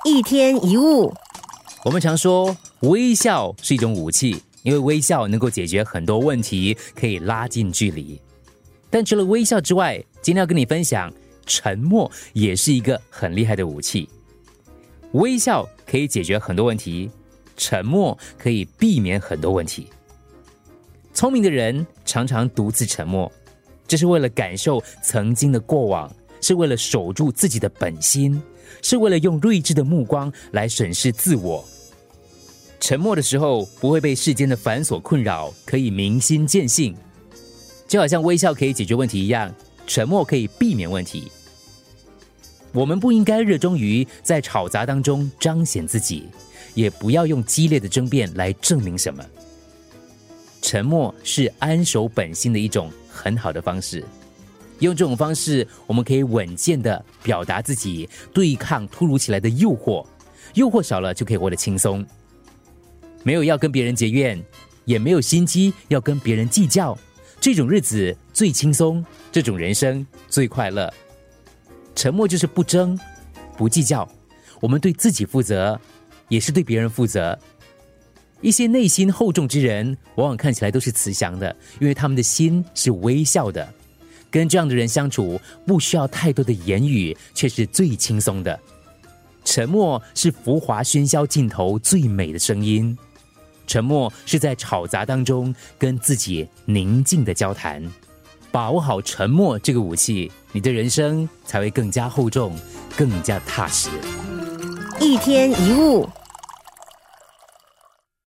一天一物。 我们常说微笑是一种武器，因为微笑能够解决很多问题，可以拉近距离。但除了微笑之外，今天要跟你分享，沉默也是一个很厉害的武器。微笑可以解决很多问题，沉默可以避免很多问题。聪明的人常常独自沉默，这是为了感受曾经的过往，是为了守住自己的本心，是为了用睿智的目光来审视自我。沉默的时候不会被世间的繁琐困扰，可以明心见性。就好像微笑可以解决问题一样，沉默可以避免问题。我们不应该热衷于在吵杂当中彰显自己，也不要用激烈的争辩来证明什么。沉默是安守本心的一种很好的方式，用这种方式，我们可以稳健地表达自己，对抗突如其来的诱惑，诱惑少了就可以活得轻松。没有要跟别人结怨，也没有心机要跟别人计较，这种日子最轻松，这种人生最快乐。沉默就是不争，不计较，我们对自己负责，也是对别人负责。一些内心厚重之人，往往看起来都是慈祥的，因为他们的心是微笑的。跟这样的人相处，不需要太多的言语，却是最轻松的。沉默是浮华喧嚣尽头最美的声音。沉默是在吵杂当中跟自己宁静的交谈。把握好沉默这个武器，你的人生才会更加厚重，更加踏实。 一天一物。